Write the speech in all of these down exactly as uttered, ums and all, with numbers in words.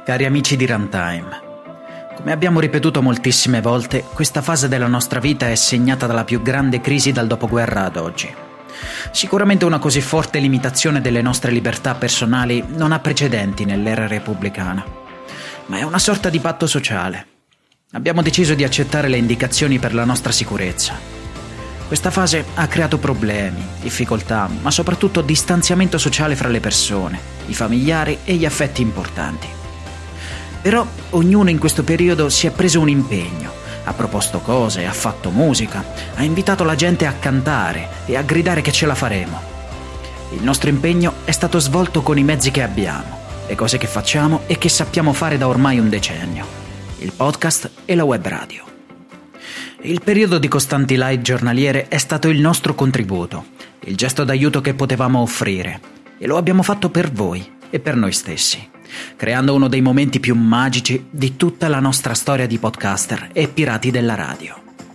Cari amici di Runtime, come abbiamo ripetuto moltissime volte, questa fase della nostra vita è segnata dalla più grande crisi dal dopoguerra ad oggi. Sicuramente una così forte limitazione delle nostre libertà personali non ha precedenti nell'era repubblicana, ma è una sorta di patto sociale. Abbiamo deciso di accettare le indicazioni per la nostra sicurezza. Questa fase ha creato problemi, difficoltà, ma soprattutto distanziamento sociale fra le persone, i familiari e gli affetti importanti. Però ognuno in questo periodo si è preso un impegno, ha proposto cose, ha fatto musica, ha invitato la gente a cantare e a gridare che ce la faremo. Il nostro impegno è stato svolto con i mezzi che abbiamo, le cose che facciamo e che sappiamo fare da ormai un decennio: il podcast e la web radio. Il periodo di costanti live giornaliere è stato il nostro contributo, il gesto d'aiuto che potevamo offrire, e lo abbiamo fatto per voi e per noi stessi, creando uno dei momenti più magici di tutta la nostra storia di podcaster e pirati della radio.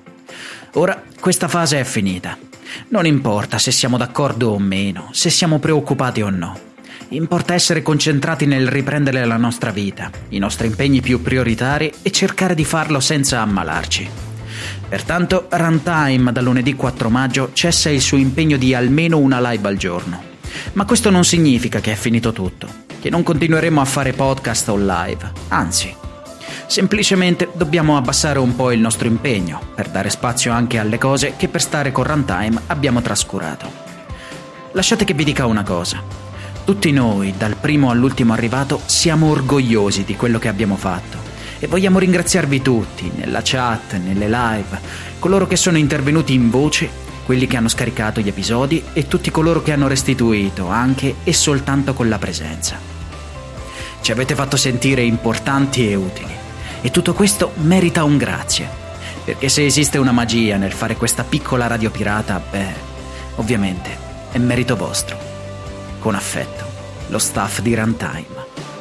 Ora questa fase è finita. Non importa se siamo d'accordo o meno, se siamo preoccupati o no. Importa essere concentrati nel riprendere la nostra vita, i nostri impegni più prioritari e cercare di farlo senza ammalarci. Pertanto Runtime dal lunedì quattro maggio cessa il suo impegno di almeno una live al giorno. Ma questo non significa che è finito tutto, che non continueremo a fare podcast o live, anzi, semplicemente dobbiamo abbassare un po' il nostro impegno per dare spazio anche alle cose che per stare con Runtime abbiamo trascurato. Lasciate che vi dica una cosa: tutti noi, dal primo all'ultimo arrivato, siamo orgogliosi di quello che abbiamo fatto e vogliamo ringraziarvi tutti, nella chat, nelle live, coloro che sono intervenuti in voce, quelli che hanno scaricato gli episodi e tutti coloro che hanno restituito anche e soltanto con la presenza. Ci avete fatto sentire importanti e utili, e tutto questo merita un grazie, perché se esiste una magia nel fare questa piccola radio pirata, beh, ovviamente è merito vostro. Con affetto, lo staff di Runtime.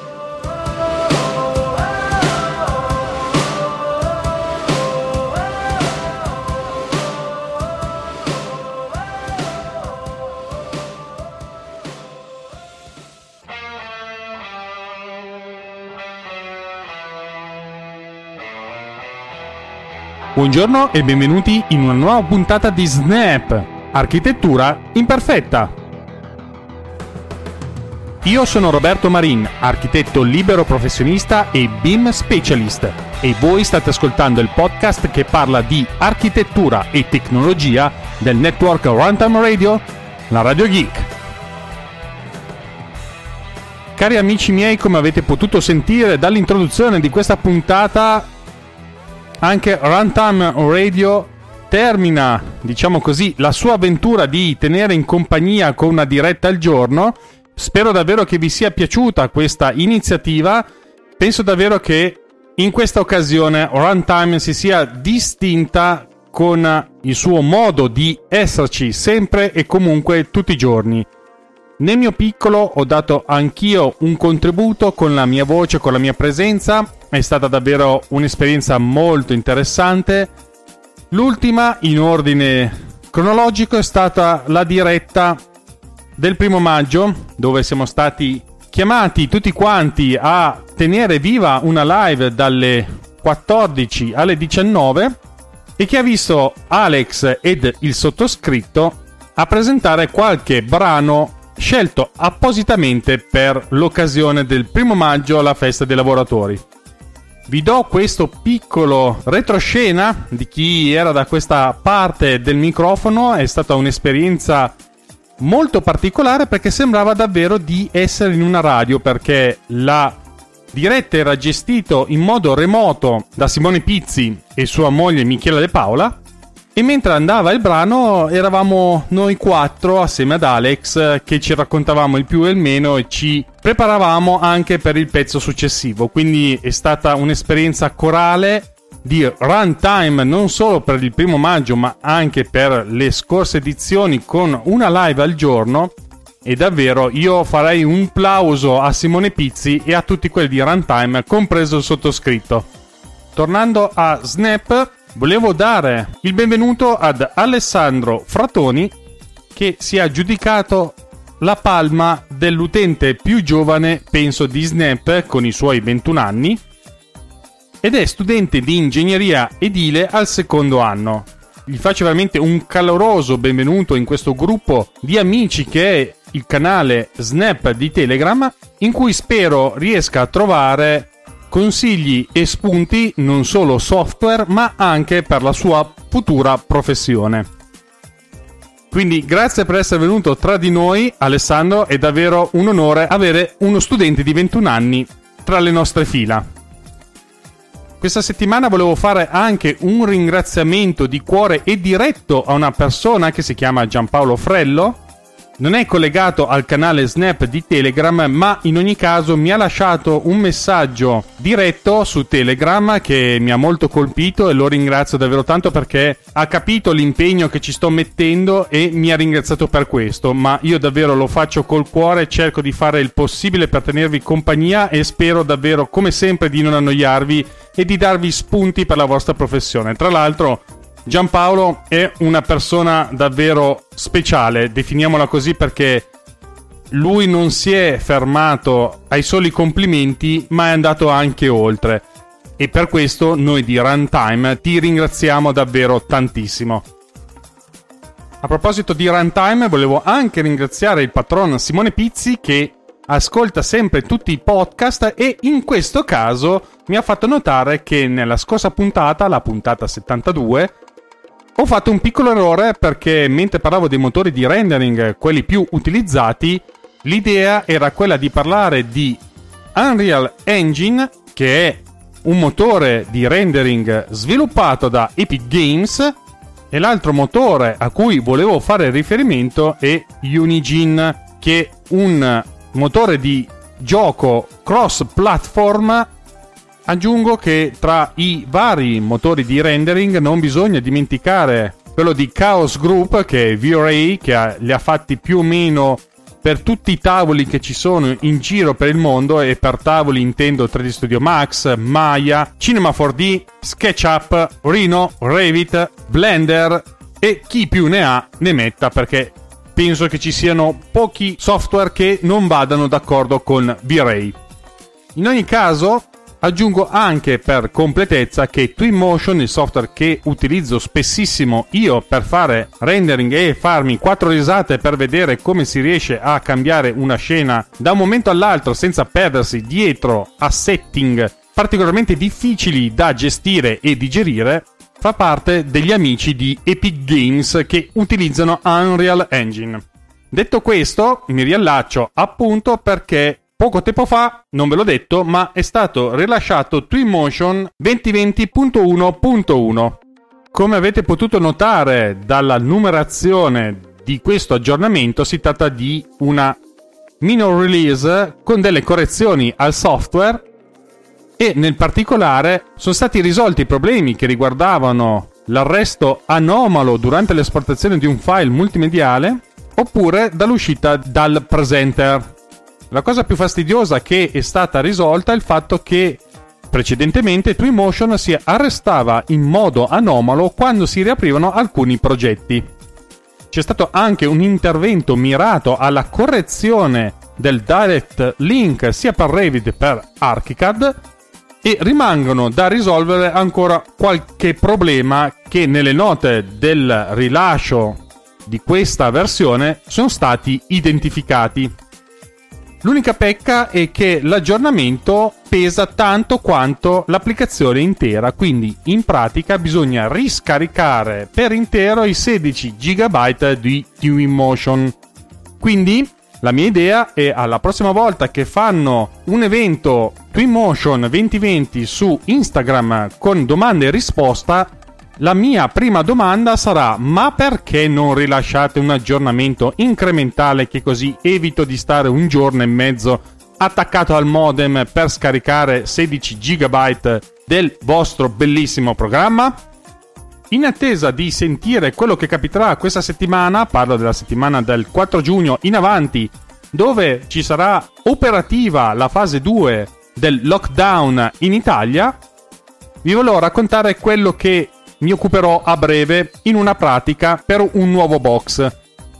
Buongiorno e benvenuti in una nuova puntata di Snap, architettura imperfetta. Io sono Roberto Marin, architetto libero professionista e B I M specialist, e voi state ascoltando il podcast che parla di architettura e tecnologia del network Runtime Radio, la Radio Geek. Cari amici miei, come avete potuto sentire dall'introduzione di questa puntata, anche Runtime Radio termina, diciamo così, la sua avventura di tenere in compagnia con una diretta al giorno. Spero davvero che vi sia piaciuta questa iniziativa. Penso davvero che in questa occasione Runtime si sia distinta con il suo modo di esserci sempre e comunque tutti i giorni. Nel mio piccolo ho dato anch'io un contributo con la mia voce, con la mia presenza. È stata davvero un'esperienza molto interessante. L'ultima, in ordine cronologico, è stata la diretta del primo maggio, dove siamo stati chiamati tutti quanti a tenere viva una live dalle quattordici alle diciannove, e che ha visto Alex ed il sottoscritto a presentare qualche brano scelto appositamente per l'occasione del primo maggio, la festa dei lavoratori. Vi do questo piccolo retroscena di chi era da questa parte del microfono. È stata un'esperienza molto particolare perché sembrava davvero di essere in una radio, perché la diretta era gestita in modo remoto da Simone Pizzi e sua moglie Michela De Paola, e mentre andava il brano eravamo noi quattro assieme ad Alex che ci raccontavamo il più e il meno e ci preparavamo anche per il pezzo successivo. Quindi è stata un'esperienza corale di Runtime non solo per il primo maggio ma anche per le scorse edizioni, con una live al giorno. E davvero io farei un plauso a Simone Pizzi e a tutti quelli di Runtime, compreso il sottoscritto. Tornando a Snap, volevo dare il benvenuto ad Alessandro Fratoni, che si è aggiudicato la palma dell'utente più giovane, penso, di Snap con i suoi ventuno anni, ed è studente di ingegneria edile al secondo anno. Gli faccio veramente un caloroso benvenuto in questo gruppo di amici che è il canale Snap di Telegram, in cui spero riesca a trovare consigli e spunti non solo software ma anche per la sua futura professione. Quindi grazie per essere venuto tra di noi, Alessandro, è davvero un onore avere uno studente di ventuno anni tra le nostre fila. Questa settimana volevo fare anche un ringraziamento di cuore e diretto a una persona che si chiama Giampaolo Frello. Non è collegato al canale Snap di Telegram, ma in ogni caso mi ha lasciato un messaggio diretto su Telegram che mi ha molto colpito e lo ringrazio davvero tanto perché ha capito l'impegno che ci sto mettendo e mi ha ringraziato per questo. Ma io davvero lo faccio col cuore, cerco di fare il possibile per tenervi compagnia e spero davvero, come sempre, di non annoiarvi e di darvi spunti per la vostra professione. Tra l'altro, Giampaolo è una persona davvero speciale, definiamola così, perché lui non si è fermato ai soli complimenti, ma è andato anche oltre. E per questo noi di Runtime ti ringraziamo davvero tantissimo. A proposito di Runtime, volevo anche ringraziare il patron Simone Pizzi, che ascolta sempre tutti i podcast e in questo caso mi ha fatto notare che nella scorsa puntata, la puntata settantadue, ho fatto un piccolo errore perché mentre parlavo dei motori di rendering, quelli più utilizzati, l'idea era quella di parlare di Unreal Engine, che è un motore di rendering sviluppato da Epic Games, e l'altro motore a cui volevo fare riferimento è Unigine, che è un motore di gioco cross-platform. Aggiungo che tra i vari motori di rendering non bisogna dimenticare quello di Chaos Group, che è V-Ray, che ha, li ha fatti più o meno per tutti i tavoli che ci sono in giro per il mondo, e per tavoli intendo tre D Studio Max, Maya, Cinema four D, SketchUp, Rhino, Revit, Blender e chi più ne ha ne metta, perché penso che ci siano pochi software che non vadano d'accordo con V-Ray. In ogni caso, aggiungo anche per completezza che Twinmotion, il software che utilizzo spessissimo io per fare rendering e farmi quattro risate per vedere come si riesce a cambiare una scena da un momento all'altro senza perdersi dietro a setting particolarmente difficili da gestire e digerire, fa parte degli amici di Epic Games che utilizzano Unreal Engine. Detto questo, mi riallaccio appunto perché poco tempo fa, non ve l'ho detto, ma è stato rilasciato Twinmotion duemilaventi punto uno punto uno. Come avete potuto notare dalla numerazione di questo aggiornamento, si tratta di una minor release con delle correzioni al software e nel particolare sono stati risolti i problemi che riguardavano l'arresto anomalo durante l'esportazione di un file multimediale oppure dall'uscita dal presenter. La cosa più fastidiosa che è stata risolta è il fatto che precedentemente Twinmotion si arrestava in modo anomalo quando si riaprivano alcuni progetti. C'è stato anche un intervento mirato alla correzione del direct link sia per Revit che per ArchiCAD e rimangono da risolvere ancora qualche problema che nelle note del rilascio di questa versione sono stati identificati. L'unica pecca è che l'aggiornamento pesa tanto quanto l'applicazione intera, quindi in pratica bisogna riscaricare per intero i sedici giga byte di Twinmotion. Quindi la mia idea è, alla prossima volta che fanno un evento Twinmotion duemilaventi su Instagram con domande e risposta, la mia prima domanda sarà: ma perché non rilasciate un aggiornamento incrementale, che così evito di stare un giorno e mezzo attaccato al modem per scaricare sedici giga byte del vostro bellissimo programma? In attesa di sentire quello che capiterà questa settimana, parlo della settimana del quattro giugno in avanti, dove ci sarà operativa la fase due del lockdown in Italia, vi volevo raccontare quello che mi occuperò a breve in una pratica per un nuovo box.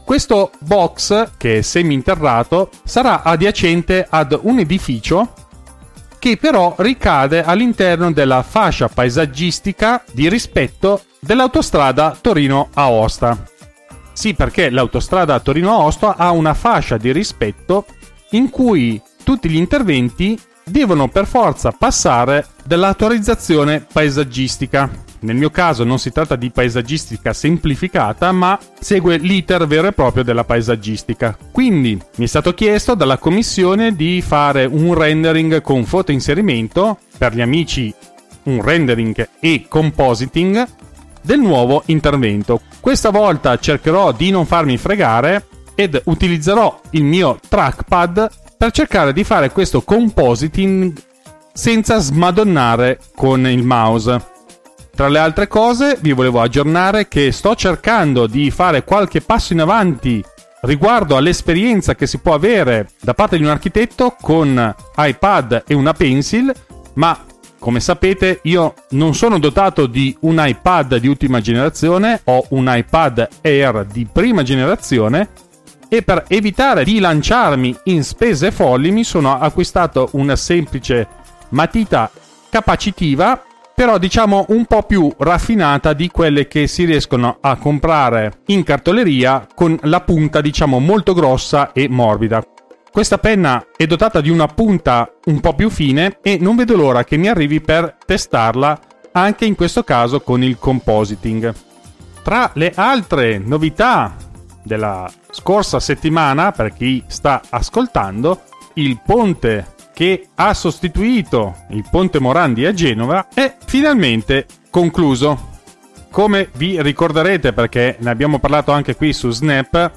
Questo box, che è seminterrato, sarà adiacente ad un edificio che però ricade all'interno della fascia paesaggistica di rispetto dell'autostrada Torino-Aosta. Sì, perché l'autostrada Torino-Aosta ha una fascia di rispetto in cui tutti gli interventi devono per forza passare dall'autorizzazione paesaggistica. Nel mio caso non si tratta di paesaggistica semplificata, ma segue l'iter vero e proprio della paesaggistica. Quindi mi è stato chiesto dalla commissione di fare un rendering con foto inserimento, per gli amici un rendering e compositing, del nuovo intervento. Questa volta cercherò di non farmi fregare ed utilizzerò il mio trackpad per cercare di fare questo compositing senza smadonnare con il mouse. Tra le altre cose vi volevo aggiornare che sto cercando di fare qualche passo in avanti riguardo all'esperienza che si può avere da parte di un architetto con iPad e una pencil, ma come sapete io non sono dotato di un iPad di ultima generazione, ho un iPad Air di prima generazione e per evitare di lanciarmi in spese folli mi sono acquistato una semplice matita capacitiva, però diciamo un po' più raffinata di quelle che si riescono a comprare in cartoleria, con la punta diciamo molto grossa e morbida. Questa penna è dotata di una punta un po' più fine e non vedo l'ora che mi arrivi per testarla anche in questo caso con il compositing. Tra le altre novità della scorsa settimana, per chi sta ascoltando, il ponte che ha sostituito il Ponte Morandi a Genova è finalmente concluso. Come vi ricorderete, perché ne abbiamo parlato anche qui su Snap,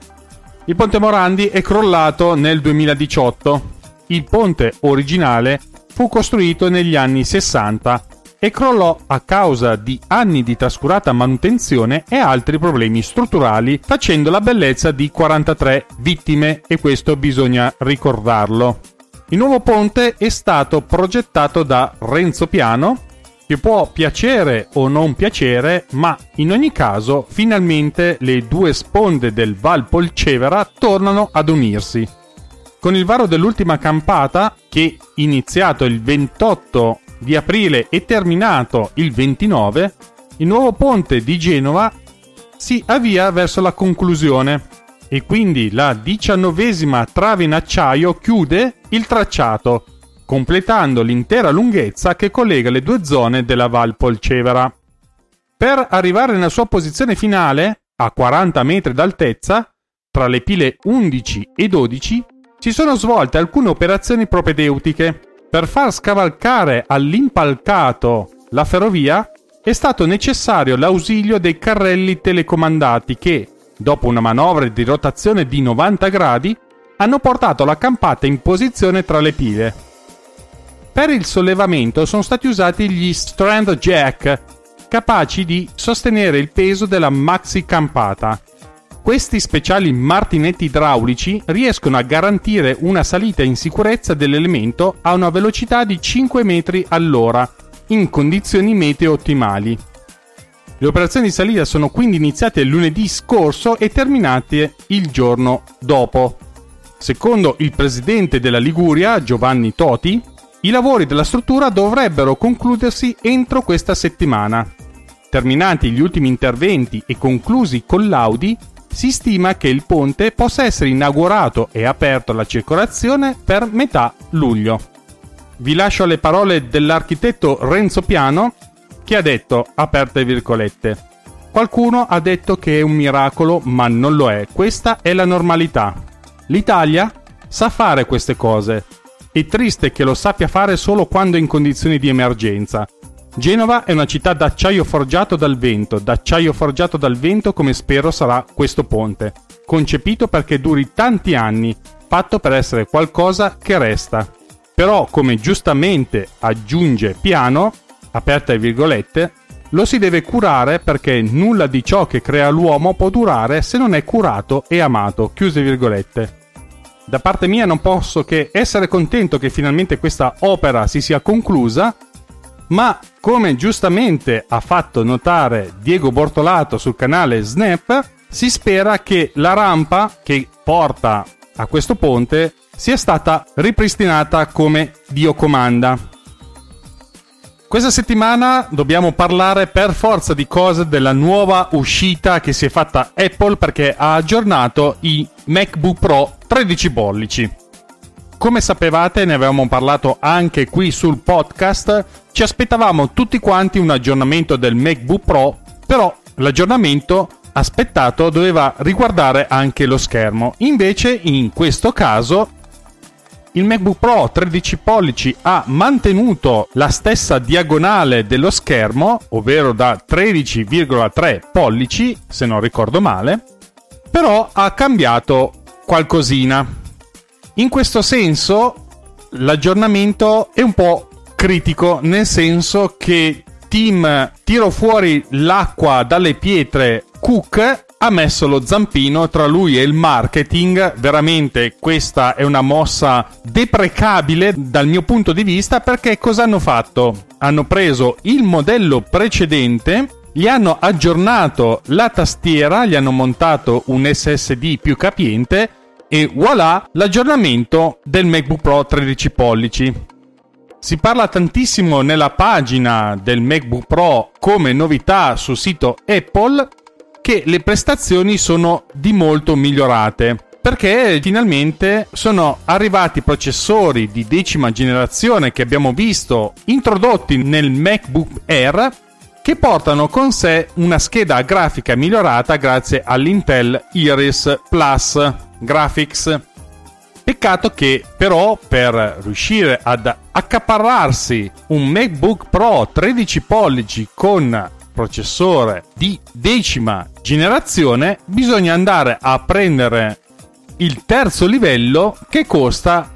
il Ponte Morandi è crollato nel duemiladiciotto. Il ponte originale fu costruito negli anni sessanta e crollò a causa di anni di trascurata manutenzione e altri problemi strutturali, facendo la bellezza di quarantatré vittime, e questo bisogna ricordarlo. Il nuovo ponte è stato progettato da Renzo Piano, che può piacere o non piacere, ma in ogni caso finalmente le due sponde del Val Polcevera tornano ad unirsi. Con il varo dell'ultima campata, che iniziato il ventotto di aprile e terminato il ventinove, il nuovo ponte di Genova si avvia verso la conclusione e quindi la diciannovesima trave in acciaio chiude il tracciato, completando l'intera lunghezza che collega le due zone della Val Polcevera. Per arrivare nella sua posizione finale, a quaranta metri d'altezza, tra le pile undici e dodici, si sono svolte alcune operazioni propedeutiche. Per far scavalcare all'impalcato la ferrovia è stato necessario l'ausilio dei carrelli telecomandati che, dopo una manovra di rotazione di novanta gradi, hanno portato la campata in posizione tra le pile. Per il sollevamento sono stati usati gli strand jack, capaci di sostenere il peso della maxi campata. Questi speciali martinetti idraulici riescono a garantire una salita in sicurezza dell'elemento a una velocità di cinque metri all'ora, in condizioni meteo ottimali. Le operazioni di salita sono quindi iniziate lunedì scorso e terminate il giorno dopo. Secondo il presidente della Liguria, Giovanni Toti, i lavori della struttura dovrebbero concludersi entro questa settimana. Terminati gli ultimi interventi e conclusi i collaudi, si stima che il ponte possa essere inaugurato e aperto alla circolazione per metà luglio. Vi lascio le parole dell'architetto Renzo Piano, che ha detto, aperte virgolette, qualcuno ha detto che è un miracolo, ma non lo è. Questa è la normalità. L'Italia sa fare queste cose. È triste che lo sappia fare solo quando è in condizioni di emergenza. Genova è una città d'acciaio forgiato dal vento, d'acciaio forgiato dal vento come spero sarà questo ponte, concepito perché duri tanti anni, fatto per essere qualcosa che resta. Però, come giustamente aggiunge Piano, aperte virgolette, lo si deve curare perché nulla di ciò che crea l'uomo può durare se non è curato e amato, chiuse virgolette. Da parte mia non posso che essere contento che finalmente questa opera si sia conclusa, ma come giustamente ha fatto notare Diego Bortolato sul canale Snap, si spera che la rampa che porta a questo ponte sia stata ripristinata come Dio comanda. Questa settimana dobbiamo parlare per forza di cose della nuova uscita che si è fatta Apple, perché ha aggiornato i MacBook Pro tredici pollici. Come sapevate, ne avevamo parlato anche qui sul podcast, ci aspettavamo tutti quanti un aggiornamento del MacBook Pro, però l'aggiornamento aspettato doveva riguardare anche lo schermo. Invece, in questo caso, il MacBook Pro tredici pollici ha mantenuto la stessa diagonale dello schermo, ovvero da tredici virgola tre pollici, se non ricordo male, però ha cambiato qualcosina. In questo senso, l'aggiornamento è un po' critico, nel senso che team tiro fuori l'acqua dalle pietre Cook ha messo lo zampino tra lui e il marketing. Veramente questa è una mossa deprecabile dal mio punto di vista, perché cosa hanno fatto? Hanno preso il modello precedente, gli hanno aggiornato la tastiera, gli hanno montato un S S D più capiente e voilà l'aggiornamento del MacBook Pro tredici pollici. Si parla tantissimo nella pagina del MacBook Pro come novità sul sito Apple che le prestazioni sono di molto migliorate, perché finalmente sono arrivati processori di decima generazione che abbiamo visto introdotti nel MacBook Air, che portano con sé una scheda grafica migliorata grazie all'Intel Iris Plus Graphics. Peccato che però per riuscire ad accaparrarsi un MacBook Pro tredici pollici con processore di decima generazione bisogna andare a prendere il terzo livello, che costa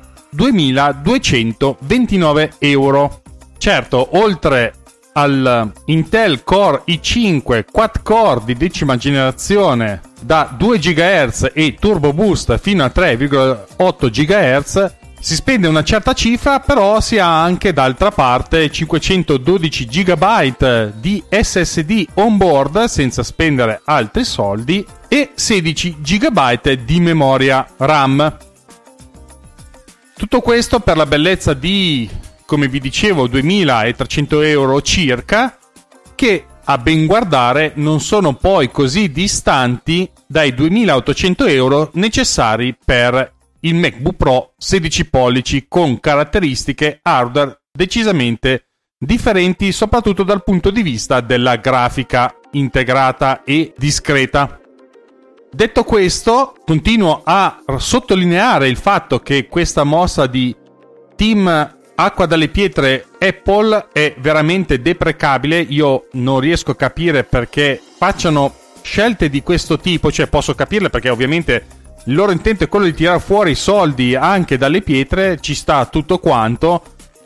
duemiladuecentoventinove euro. Certo, oltre al Intel Core i cinque quad core di decima generazione da due gigahertz e Turbo Boost fino a tre virgola otto gigahertz, si spende una certa cifra, però si ha anche d'altra parte cinquecentododici giga di S S D on board senza spendere altri soldi e sedici giga di memoria RAM. Tutto questo per la bellezza di, come vi dicevo, duemilatrecento euro circa, che a ben guardare non sono poi così distanti dai duemilaottocento euro necessari per il MacBook Pro sedici pollici con caratteristiche hardware decisamente differenti, soprattutto dal punto di vista della grafica integrata e discreta. Detto questo, continuo a sottolineare il fatto che questa mossa di team acqua dalle pietre Apple è veramente deprecabile. Io non riesco a capire perché facciano scelte di questo tipo, cioè posso capirle perché ovviamente il loro intento è quello di tirare fuori i soldi anche dalle pietre, ci sta tutto quanto.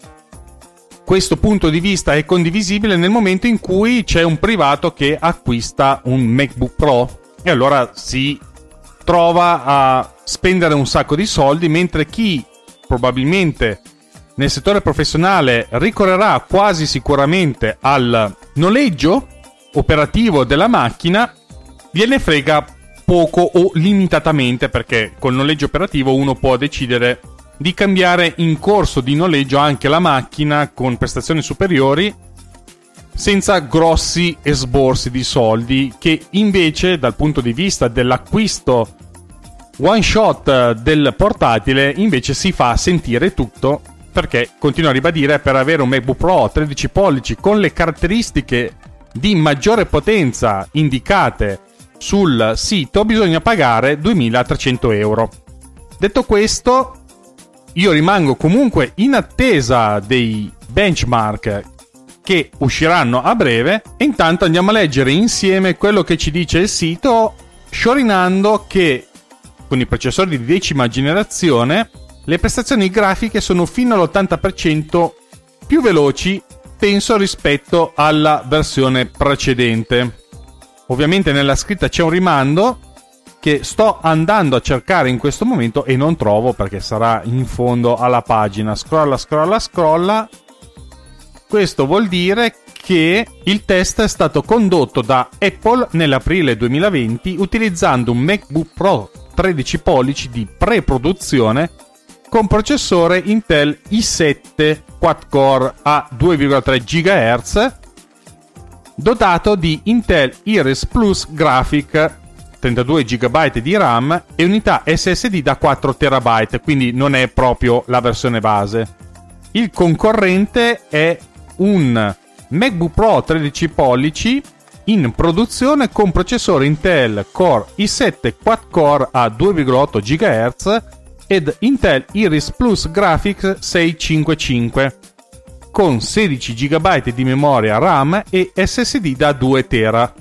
Questo punto di vista è condivisibile nel momento in cui c'è un privato che acquista un MacBook Pro e allora si trova a spendere un sacco di soldi, mentre chi probabilmente nel settore professionale ricorrerà quasi sicuramente al noleggio operativo della macchina gliene frega poco o limitatamente, perché col noleggio operativo uno può decidere di cambiare in corso di noleggio anche la macchina con prestazioni superiori senza grossi esborsi di soldi, che invece dal punto di vista dell'acquisto one shot del portatile invece si fa sentire tutto, perché continuo a ribadire, per avere un MacBook Pro tredici pollici con le caratteristiche di maggiore potenza indicate sul sito bisogna pagare duemilatrecento euro. Detto questo, io rimango comunque in attesa dei benchmark che usciranno a breve e intanto andiamo a leggere insieme quello che ci dice il sito, sciorinando che con i processori di decima generazione le prestazioni grafiche sono fino all'ottanta per cento più veloci, penso, rispetto alla versione precedente. Ovviamente nella scritta c'è un rimando che sto andando a cercare in questo momento e non trovo, perché sarà in fondo alla pagina. Scrolla, scrolla, scrolla. Questo vuol dire che il test è stato condotto da Apple nell'aprile duemilaventi utilizzando un MacBook Pro tredici pollici di pre-produzione con processore Intel i sette quad-core a due virgola tre gigahertz dotato di Intel Iris Plus Graphic trentadue giga di RAM e unità S S D da quattro terabyte, quindi non è proprio la versione base. Il concorrente è un MacBook Pro tredici pollici in produzione con processore Intel Core i sette quad-core a due virgola otto gigahertz ed Intel Iris Plus Graphics seicentocinquantacinque con sedici giga di memoria RAM e S S D da due tera.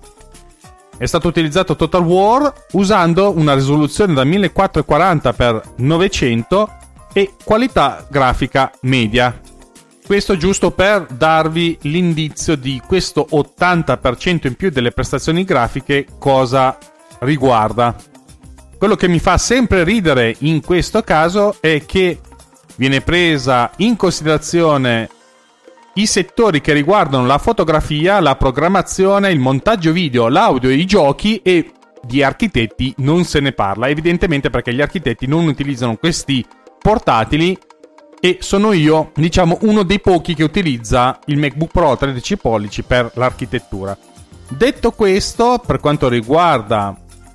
È stato utilizzato Total War usando una risoluzione da millequattrocentoquaranta per novecento e qualità grafica media. Questo giusto per darvi l'indizio di questo ottanta per cento in più delle prestazioni grafiche cosa riguarda. Quello che mi fa sempre ridere in questo caso è che viene presa in considerazione i settori che riguardano la fotografia, la programmazione, il montaggio video, l'audio e i giochi, e di architetti non se ne parla, evidentemente perché gli architetti non utilizzano questi portatili e sono io, diciamo, uno dei pochi che utilizza il MacBook Pro tredici pollici per l'architettura. Detto questo, per quanto riguarda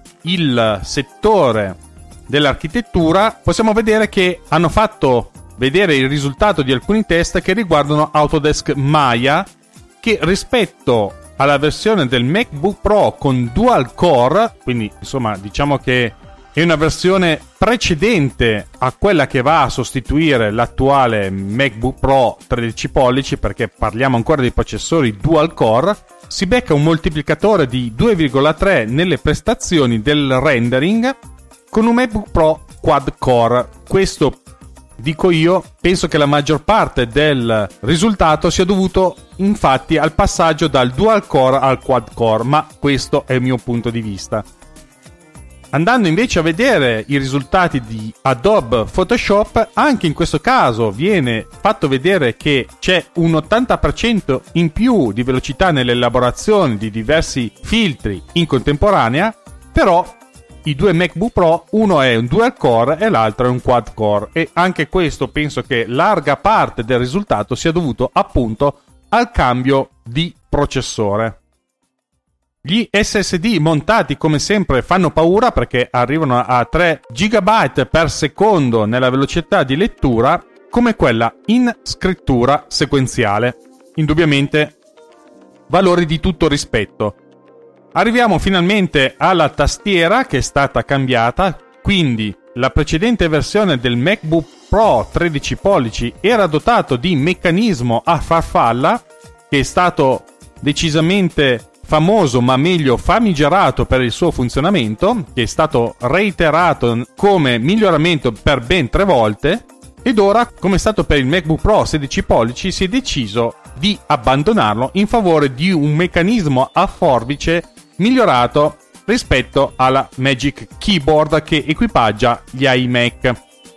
il settore dell'architettura, possiamo vedere che hanno fatto vedere il risultato di alcuni test che riguardano Autodesk Maya, che rispetto alla versione del MacBook Pro con dual core, quindi insomma diciamo che è una versione precedente a quella che va a sostituire l'attuale MacBook Pro tredici pollici, perché parliamo ancora di processori dual core, si becca un moltiplicatore di due virgola tre nelle prestazioni del rendering con un MacBook Pro quad core. Questo, dico io, penso che la maggior parte del risultato sia dovuto infatti al passaggio dal dual core al quad core, ma questo è il mio punto di vista. Andando invece a vedere i risultati di Adobe Photoshop, anche in questo caso viene fatto vedere che c'è un ottanta per cento in più di velocità nell'elaborazione di diversi filtri in contemporanea, però i due MacBook Pro, uno è un dual core e l'altro è un quad core, e anche questo penso che larga parte del risultato sia dovuto appunto al cambio di processore. Gli S S D montati come sempre fanno paura perché arrivano a tre giga per secondo nella velocità di lettura, come quella in scrittura sequenziale. Indubbiamente valori di tutto rispetto. Arriviamo finalmente alla tastiera che è stata cambiata, quindi la precedente versione del MacBook Pro tredici pollici era dotato di meccanismo a farfalla, che è stato decisamente famoso ma meglio famigerato per il suo funzionamento, che è stato reiterato come miglioramento per ben tre volte, ed ora, come è stato per il MacBook Pro sedici pollici, si è deciso di abbandonarlo in favore di un meccanismo a forbice migliorato rispetto alla Magic Keyboard che equipaggia gli iMac.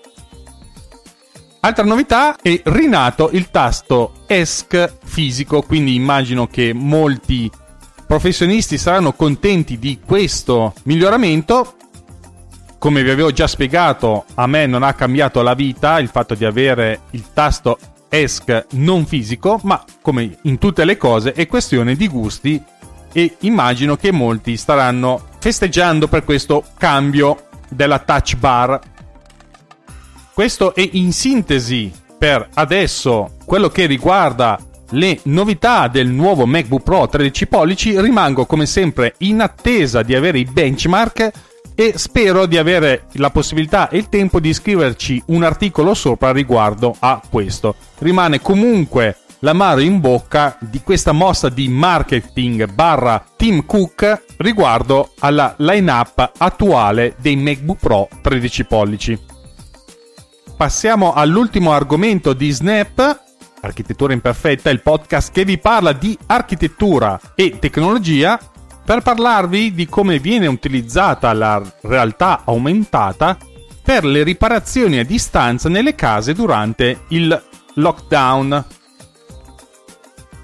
Altra novità è rinato il tasto E S C fisico, quindi immagino che molti professionisti saranno contenti di questo miglioramento. Come vi avevo già spiegato, a me non ha cambiato la vita il fatto di avere il tasto E S C non fisico, ma come in tutte le cose è questione di gusti e immagino che molti staranno festeggiando per questo cambio della touch bar. Questo è in sintesi per adesso quello che riguarda le novità del nuovo MacBook Pro tredici pollici. Rimango come sempre in attesa di avere i benchmark e spero di avere la possibilità e il tempo di scriverci un articolo sopra riguardo a questo. Rimane comunque l'amaro in bocca di questa mossa di marketing barra Tim Cook riguardo alla line-up attuale dei MacBook Pro tredici pollici. Passiamo all'ultimo argomento di Snap, Architettura Imperfetta, il podcast che vi parla di architettura e tecnologia, per parlarvi di come viene utilizzata la realtà aumentata per le riparazioni a distanza nelle case durante il lockdown.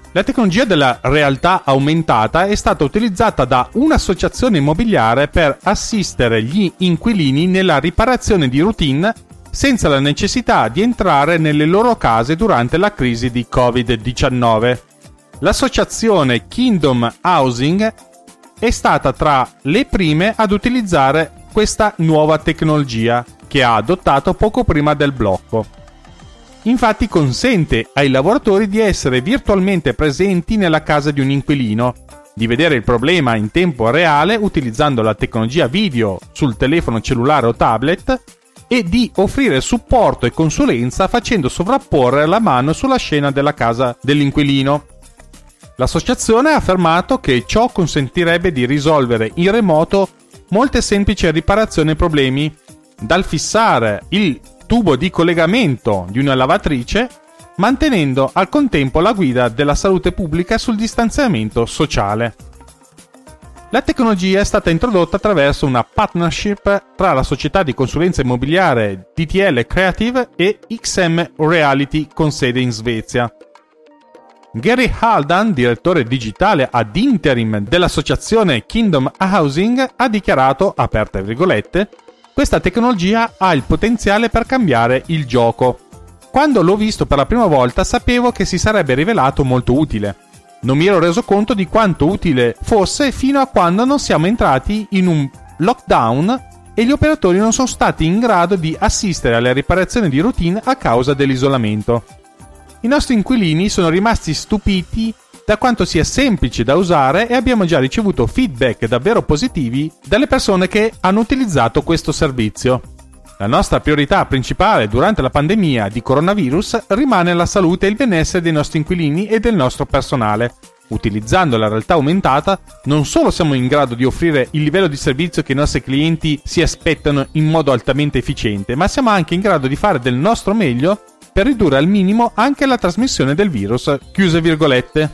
La tecnologia della realtà aumentata è stata utilizzata da un'associazione immobiliare per assistere gli inquilini nella riparazione di routine senza la necessità di entrare nelle loro case durante la crisi di covid diciannove. L'associazione Kingdom Housing è stata tra le prime ad utilizzare questa nuova tecnologia, che ha adottato poco prima del blocco. Infatti consente ai lavoratori di essere virtualmente presenti nella casa di un inquilino, di vedere il problema in tempo reale utilizzando la tecnologia video sul telefono cellulare o tablet e di offrire supporto e consulenza facendo sovrapporre la mano sulla scena della casa dell'inquilino. L'associazione ha affermato che ciò consentirebbe di risolvere in remoto molte semplici riparazioni e problemi, dal fissare il tubo di collegamento di una lavatrice, mantenendo al contempo la guida della salute pubblica sul distanziamento sociale. La tecnologia è stata introdotta attraverso una partnership tra la società di consulenza immobiliare D T L Creative e X M Reality con sede in Svezia. Gary Haldan, direttore digitale ad interim dell'associazione Kingdom Housing, ha dichiarato, aperte virgolette, questa tecnologia ha il potenziale per cambiare il gioco. Quando l'ho visto per la prima volta sapevo che si sarebbe rivelato molto utile. Non mi ero reso conto di quanto utile fosse fino a quando non siamo entrati in un lockdown e gli operatori non sono stati in grado di assistere alle riparazioni di routine a causa dell'isolamento. I nostri inquilini sono rimasti stupiti da quanto sia semplice da usare e abbiamo già ricevuto feedback davvero positivi dalle persone che hanno utilizzato questo servizio. La nostra priorità principale durante la pandemia di coronavirus rimane la salute e il benessere dei nostri inquilini e del nostro personale. Utilizzando la realtà aumentata, non solo siamo in grado di offrire il livello di servizio che i nostri clienti si aspettano in modo altamente efficiente, ma siamo anche in grado di fare del nostro meglio per ridurre al minimo anche la trasmissione del virus, chiuse virgolette.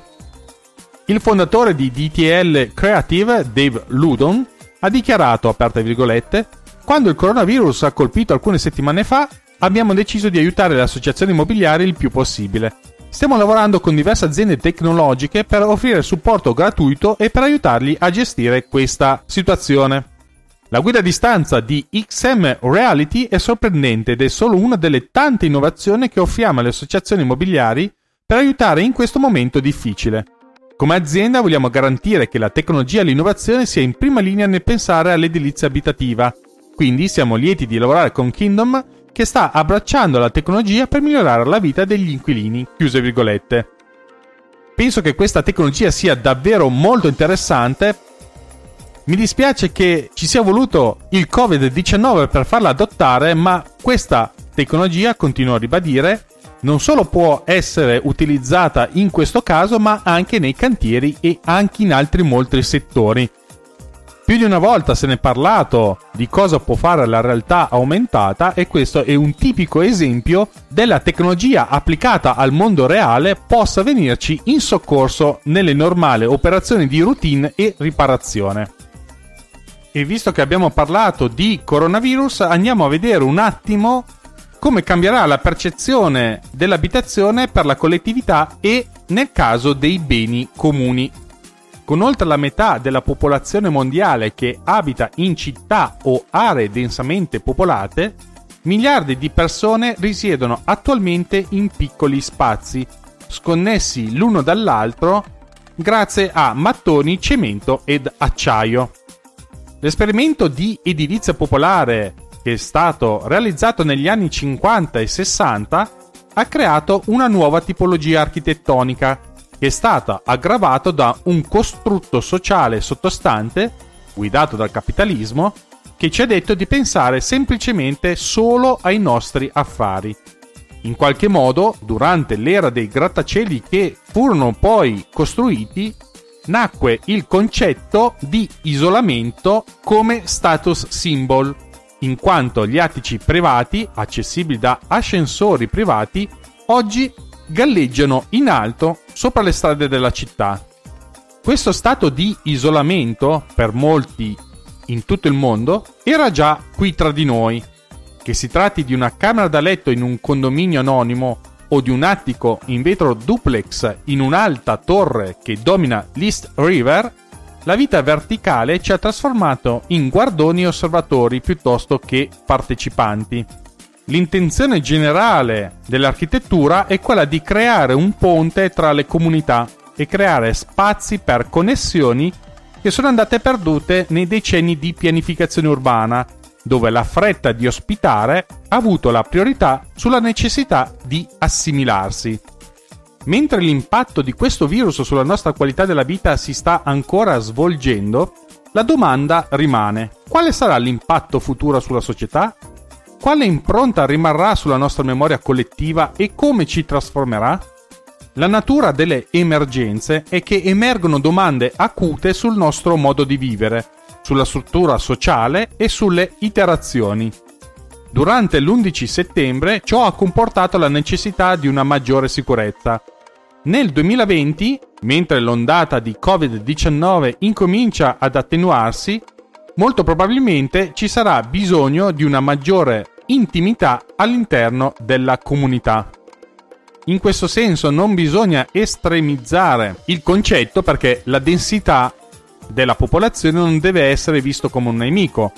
Il fondatore di D T L Creative, Dave Ludon, ha dichiarato, aperte virgolette, quando il coronavirus ha colpito alcune settimane fa, abbiamo deciso di aiutare le associazioni immobiliari il più possibile. Stiamo lavorando con diverse aziende tecnologiche per offrire supporto gratuito e per aiutarli a gestire questa situazione. La guida a distanza di X M Reality è sorprendente ed è solo una delle tante innovazioni che offriamo alle associazioni immobiliari per aiutare in questo momento difficile. Come azienda vogliamo garantire che la tecnologia e l'innovazione sia in prima linea nel pensare all'edilizia abitativa, quindi siamo lieti di lavorare con Kingdom che sta abbracciando la tecnologia per migliorare la vita degli inquilini, chiuse virgolette. Penso che questa tecnologia sia davvero molto interessante. Mi dispiace che ci sia voluto il covid diciannove per farla adottare, ma questa tecnologia, continuo a ribadire, non solo può essere utilizzata in questo caso, ma anche nei cantieri e anche in altri molti settori. Più di una volta se ne è parlato di cosa può fare la realtà aumentata e questo è un tipico esempio della tecnologia applicata al mondo reale possa venirci in soccorso nelle normali operazioni di routine e riparazione. E visto che abbiamo parlato di coronavirus, andiamo a vedere un attimo come cambierà la percezione dell'abitazione per la collettività e nel caso dei beni comuni. Con oltre la metà della popolazione mondiale che abita in città o aree densamente popolate, miliardi di persone risiedono attualmente in piccoli spazi, sconnessi l'uno dall'altro grazie a mattoni, cemento ed acciaio. L'esperimento di edilizia popolare che è stato realizzato negli anni cinquanta e sessanta ha creato una nuova tipologia architettonica che è stata aggravato da un costrutto sociale sottostante, guidato dal capitalismo, che ci ha detto di pensare semplicemente solo ai nostri affari. In qualche modo, durante l'era dei grattacieli che furono poi costruiti, nacque il concetto di isolamento come status symbol, in quanto gli attici privati, accessibili da ascensori privati, oggi galleggiano in alto sopra le strade della città. Questo stato di isolamento, per molti in tutto il mondo, era già qui tra di noi. Che si tratti di una camera da letto in un condominio anonimo o di un attico in vetro duplex in un'alta torre che domina l'East River, la vita verticale ci ha trasformato in guardoni e osservatori piuttosto che partecipanti. L'intenzione generale dell'architettura è quella di creare un ponte tra le comunità e creare spazi per connessioni che sono andate perdute nei decenni di pianificazione urbana, dove la fretta di ospitare ha avuto la priorità sulla necessità di assimilarsi. Mentre l'impatto di questo virus sulla nostra qualità della vita si sta ancora svolgendo, la domanda rimane: quale sarà l'impatto futuro sulla società? Quale impronta rimarrà sulla nostra memoria collettiva e come ci trasformerà? La natura delle emergenze è che emergono domande acute sul nostro modo di vivere, sulla struttura sociale e sulle iterazioni. Durante l'undici settembre ciò ha comportato la necessità di una maggiore sicurezza. Nel duemilaventi, mentre l'ondata di covid diciannove incomincia ad attenuarsi, molto probabilmente ci sarà bisogno di una maggiore intimità all'interno della comunità. In questo senso non bisogna estremizzare il concetto, perché la densità della popolazione non deve essere visto come un nemico,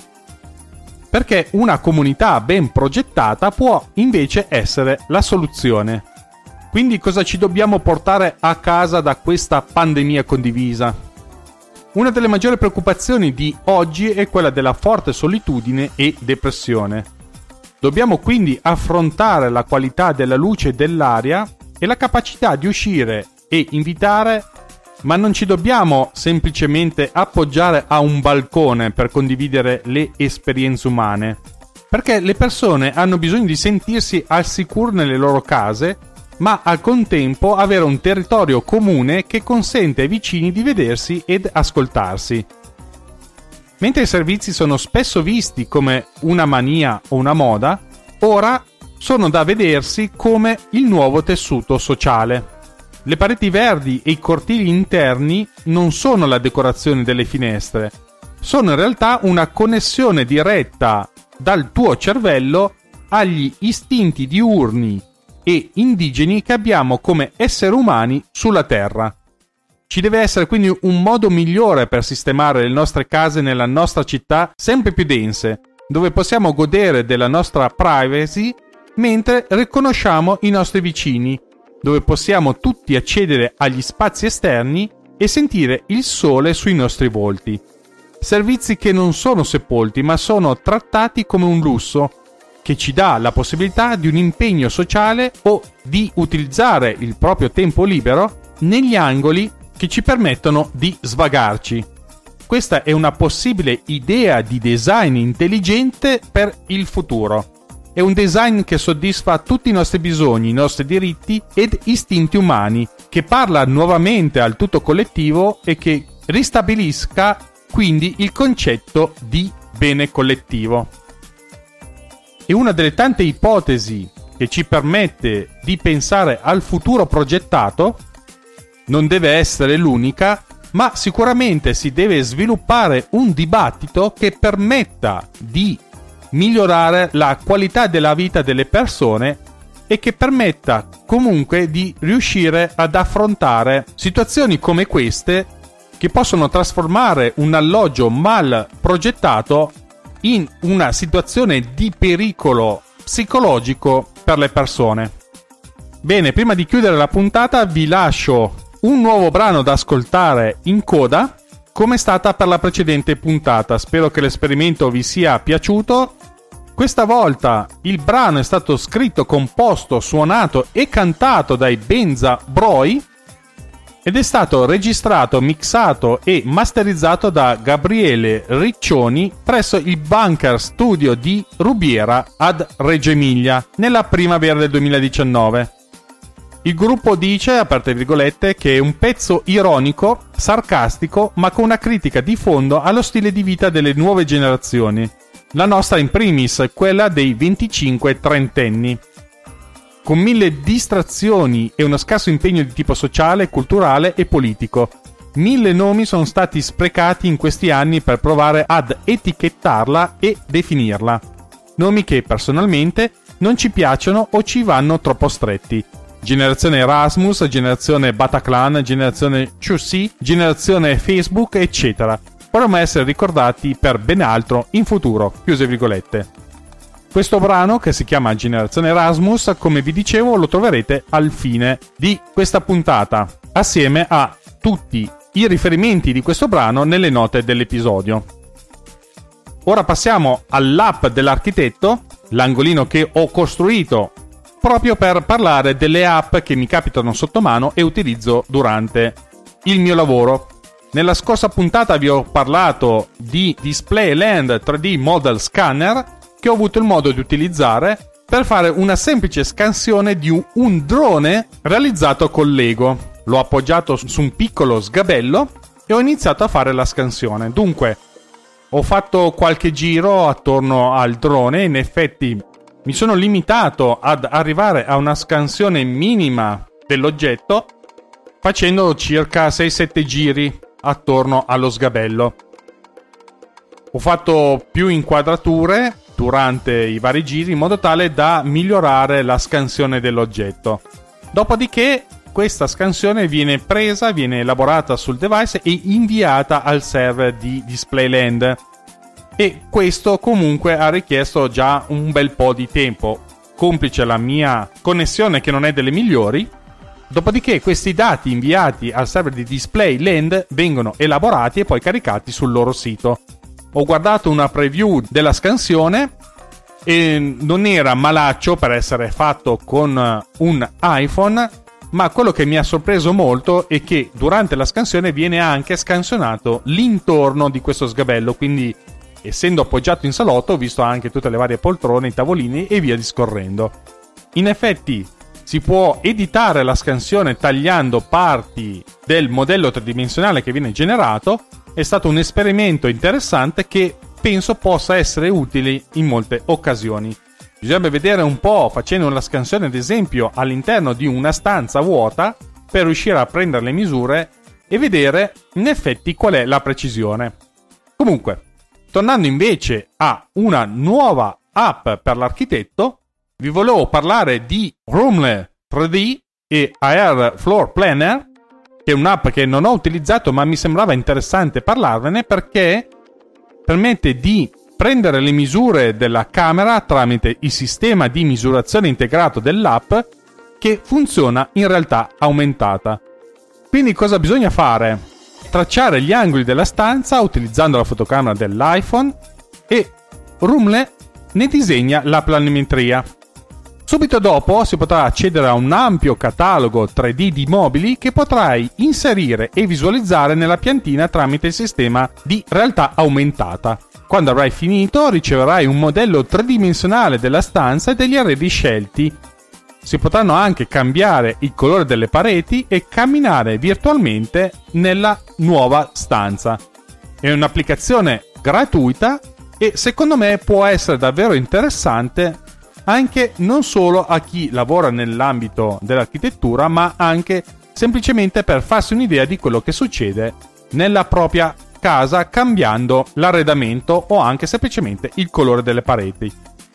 perché una comunità ben progettata può invece essere la soluzione. Quindi cosa ci dobbiamo portare a casa da questa pandemia condivisa? Una delle maggiori preoccupazioni di oggi è quella della forte solitudine e depressione. Dobbiamo quindi affrontare la qualità della luce e dell'aria e la capacità di uscire e invitare, ma non ci dobbiamo semplicemente appoggiare a un balcone per condividere le esperienze umane, perché le persone hanno bisogno di sentirsi al sicuro nelle loro case, ma al contempo avere un territorio comune che consente ai vicini di vedersi ed ascoltarsi. Mentre i servizi sono spesso visti come una mania o una moda, ora sono da vedersi come il nuovo tessuto sociale. Le pareti verdi e i cortili interni non sono la decorazione delle finestre, sono in realtà una connessione diretta dal tuo cervello agli istinti diurni e indigeni che abbiamo come esseri umani sulla Terra. Ci deve essere quindi un modo migliore per sistemare le nostre case nella nostra città sempre più dense, dove possiamo godere della nostra privacy mentre riconosciamo i nostri vicini, dove possiamo tutti accedere agli spazi esterni e sentire il sole sui nostri volti. Servizi che non sono sepolti, ma sono trattati come un lusso, che ci dà la possibilità di un impegno sociale o di utilizzare il proprio tempo libero negli angoli che ci permettono di svagarci. Questa è una possibile idea di design intelligente per il futuro. È un design che soddisfa tutti i nostri bisogni, i nostri diritti ed istinti umani, che parla nuovamente al tutto collettivo e che ristabilisca quindi il concetto di bene collettivo. E una delle tante ipotesi che ci permette di pensare al futuro progettato non deve essere l'unica, ma sicuramente si deve sviluppare un dibattito che permetta di migliorare la qualità della vita delle persone e che permetta comunque di riuscire ad affrontare situazioni come queste, che possono trasformare un alloggio mal progettato in una situazione di pericolo psicologico per le persone. Bene, prima di chiudere la puntata vi lascio un nuovo brano da ascoltare in coda, come è stata per la precedente puntata. Spero che l'esperimento vi sia piaciuto. Questa volta il brano è stato scritto, composto, suonato e cantato dai Benza Broi ed è stato registrato, mixato e masterizzato da Gabriele Riccioni presso il Bunker Studio di Rubiera ad Reggio Emilia nella primavera del duemiladiciannove. Il gruppo dice, aperte virgolette, che è un pezzo ironico, sarcastico, ma con una critica di fondo allo stile di vita delle nuove generazioni. La nostra in primis, quella dei venticinque trentenni. Con mille distrazioni e uno scarso impegno di tipo sociale, culturale e politico. Mille nomi sono stati sprecati in questi anni per provare ad etichettarla e definirla. Nomi che personalmente non ci piacciono o ci vanno troppo stretti. generazione Erasmus, generazione Bataclan, generazione C C, generazione Facebook, eccetera. Potremmo essere ricordati per ben altro in futuro, chiuse virgolette. Questo brano, che si chiama Generazione Erasmus, come vi dicevo, lo troverete al fine di questa puntata, assieme a tutti i riferimenti di questo brano nelle note dell'episodio. Ora passiamo all'app dell'architetto, l'angolino che ho costruito proprio per parlare delle app che mi capitano sotto mano e utilizzo durante il mio lavoro. Nella scorsa puntata vi ho parlato di Displayland tre D Model Scanner, che ho avuto il modo di utilizzare per fare una semplice scansione di un, un drone realizzato con Lego. L'ho appoggiato su un piccolo sgabello e ho iniziato a fare la scansione. Dunque, ho fatto qualche giro attorno al drone. In effetti mi sono limitato ad arrivare a una scansione minima dell'oggetto, facendo circa sei sette giri attorno allo sgabello. Ho fatto più inquadrature durante i vari giri in modo tale da migliorare la scansione dell'oggetto. Dopodiché questa scansione viene presa, viene elaborata sul device e inviata al server di Displayland. E questo comunque ha richiesto già un bel po' di tempo, complice la mia connessione che non è delle migliori. Dopodiché questi dati inviati al server di Displayland vengono elaborati e poi caricati sul loro sito. Ho guardato una preview della scansione e non era malaccio per essere fatto con un iPhone, ma quello che mi ha sorpreso molto è che durante la scansione viene anche scansionato l'intorno di questo sgabello, quindi essendo appoggiato in salotto ho visto anche tutte le varie poltrone, i tavolini e via discorrendo. In effetti si può editare la scansione tagliando parti del modello tridimensionale che viene generato. È stato un esperimento interessante che penso possa essere utile in molte occasioni. Bisognerebbe vedere un po', facendo una scansione ad esempio all'interno di una stanza vuota, per riuscire a prendere le misure e vedere in effetti qual è la precisione. Comunque, tornando invece a una nuova app per l'architetto, vi volevo parlare di Roomle tre D e Air Floor Planner, che è un'app che non ho utilizzato ma mi sembrava interessante parlarvene perché permette di prendere le misure della camera tramite il sistema di misurazione integrato dell'app, che funziona in realtà aumentata. Quindi cosa bisogna fare? Tracciare gli angoli della stanza utilizzando la fotocamera dell'iPhone e Roomle ne disegna la planimetria. Subito dopo si potrà accedere a un ampio catalogo tre D di mobili che potrai inserire e visualizzare nella piantina tramite il sistema di realtà aumentata. Quando avrai finito riceverai un modello tridimensionale della stanza e degli arredi scelti. Si potranno anche cambiare il colore delle pareti e camminare virtualmente nella nuova stanza. È un'applicazione gratuita e secondo me può essere davvero interessante anche non solo a chi lavora nell'ambito dell'architettura, ma anche semplicemente per farsi un'idea di quello che succede nella propria casa cambiando l'arredamento o anche semplicemente il colore delle pareti.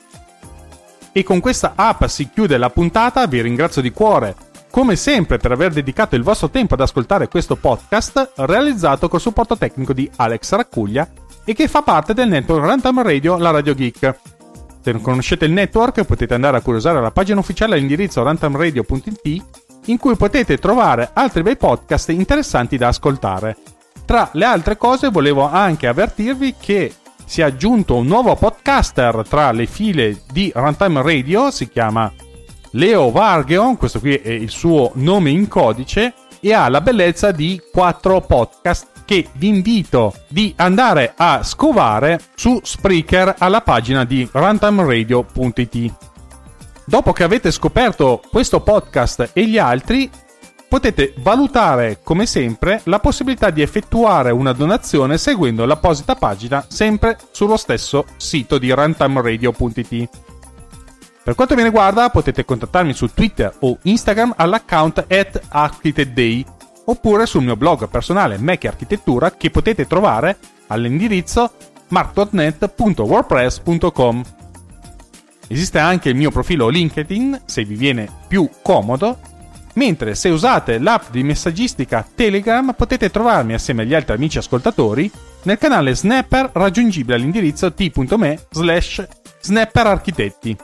E con questa app si chiude la puntata. Vi ringrazio di cuore come sempre per aver dedicato il vostro tempo ad ascoltare questo podcast realizzato col supporto tecnico di Alex Raccuglia e che fa parte del network Runtime Radio, la Radio Geek. Se non conoscete il network potete andare a curiosare la pagina ufficiale all'indirizzo runtimeradio punto it, in cui potete trovare altri bei podcast interessanti da ascoltare. Tra le altre cose volevo anche avvertirvi che si è aggiunto un nuovo podcaster tra le file di Runtime Radio, si chiama Leo Vargeon, questo qui è il suo nome in codice, e ha la bellezza di quattro podcast che vi invito di andare a scovare su Spreaker alla pagina di runtimeradio punto it. Dopo che avete scoperto questo podcast e gli altri, potete valutare come sempre la possibilità di effettuare una donazione seguendo l'apposita pagina sempre sullo stesso sito di runtimeradio punto it. Per quanto mi riguarda potete contattarmi su Twitter o Instagram all'account at architectday oppure sul mio blog personale Mac e Architettura, che potete trovare all'indirizzo mark punto net punto wordpress punto com. Esiste anche il mio profilo LinkedIn, se vi viene più comodo, mentre se usate l'app di messaggistica Telegram potete trovarmi assieme agli altri amici ascoltatori nel canale Snapper raggiungibile all'indirizzo t.me slash snapperarchitetti.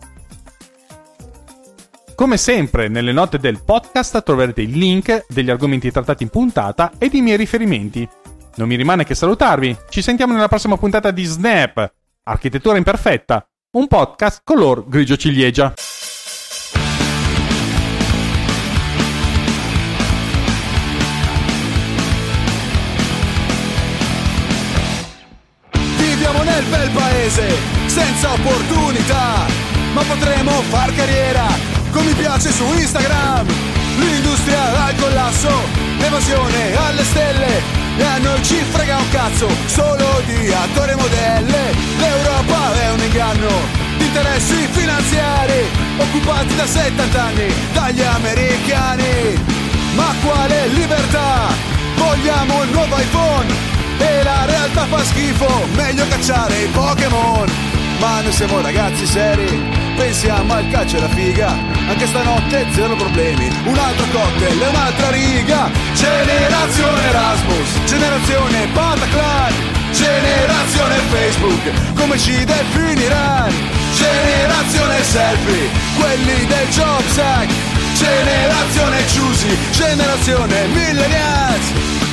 Come sempre, nelle note del podcast troverete il link degli argomenti trattati in puntata ed i miei riferimenti. Non mi rimane che salutarvi. Ci sentiamo nella prossima puntata di Snap, Architettura Imperfetta, un podcast color grigio ciliegia. Viviamo nel bel paese, senza opportunità, ma potremo far carriera come mi piace su Instagram. L'industria al collasso, l'evasione alle stelle, e a noi ci frega un cazzo solo di attori e modelle. L'Europa è un inganno di interessi finanziari occupati da settanta anni dagli americani. Ma quale libertà? Vogliamo il nuovo iPhone e la realtà fa schifo, meglio cacciare i Pokémon. Ma noi siamo ragazzi seri, pensiamo al calcio e alla figa, anche stanotte zero problemi, un altro cocktail e un'altra riga. Generazione Erasmus, generazione Bataclan, generazione Facebook, come ci definiranno? Generazione selfie, quelli del Jobs Act, generazione Choosy, generazione Millennials.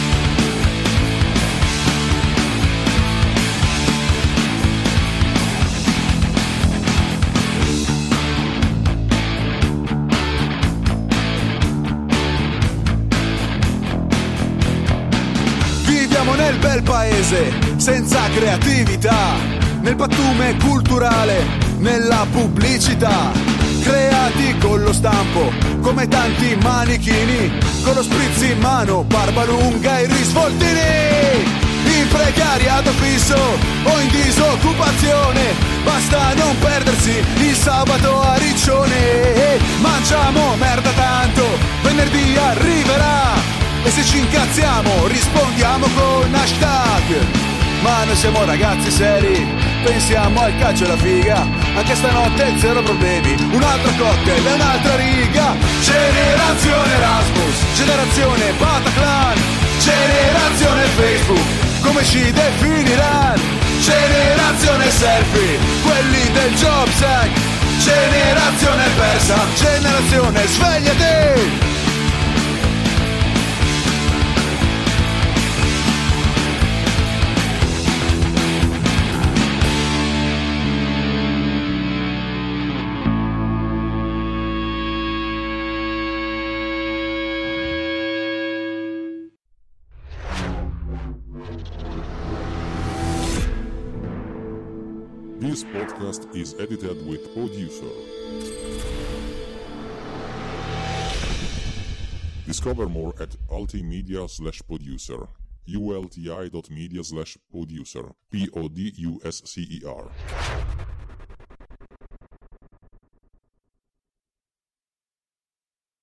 Nel bel paese, senza creatività, nel pattume culturale, nella pubblicità, creati con lo stampo, come tanti manichini, con lo spritz in mano, barba lunga e risvoltini. In precariato fisso o in disoccupazione, basta non perdersi il sabato a Riccione. Mangiamo merda tanto, venerdì arriverà, e se ci incazziamo rispondiamo con hashtag. Ma noi siamo ragazzi seri, pensiamo al calcio e alla figa, anche stanotte zero problemi, un altro cocktail e un'altra riga. Generazione Erasmus, generazione Bataclan, generazione Facebook, come ci definiranno? Generazione selfie, quelli del Jobs Act, generazione persa, generazione svegliati. This podcast is edited with Producer. Discover more at ultimedia slash producer, ulti dot media slash producer, P O D U S C E R.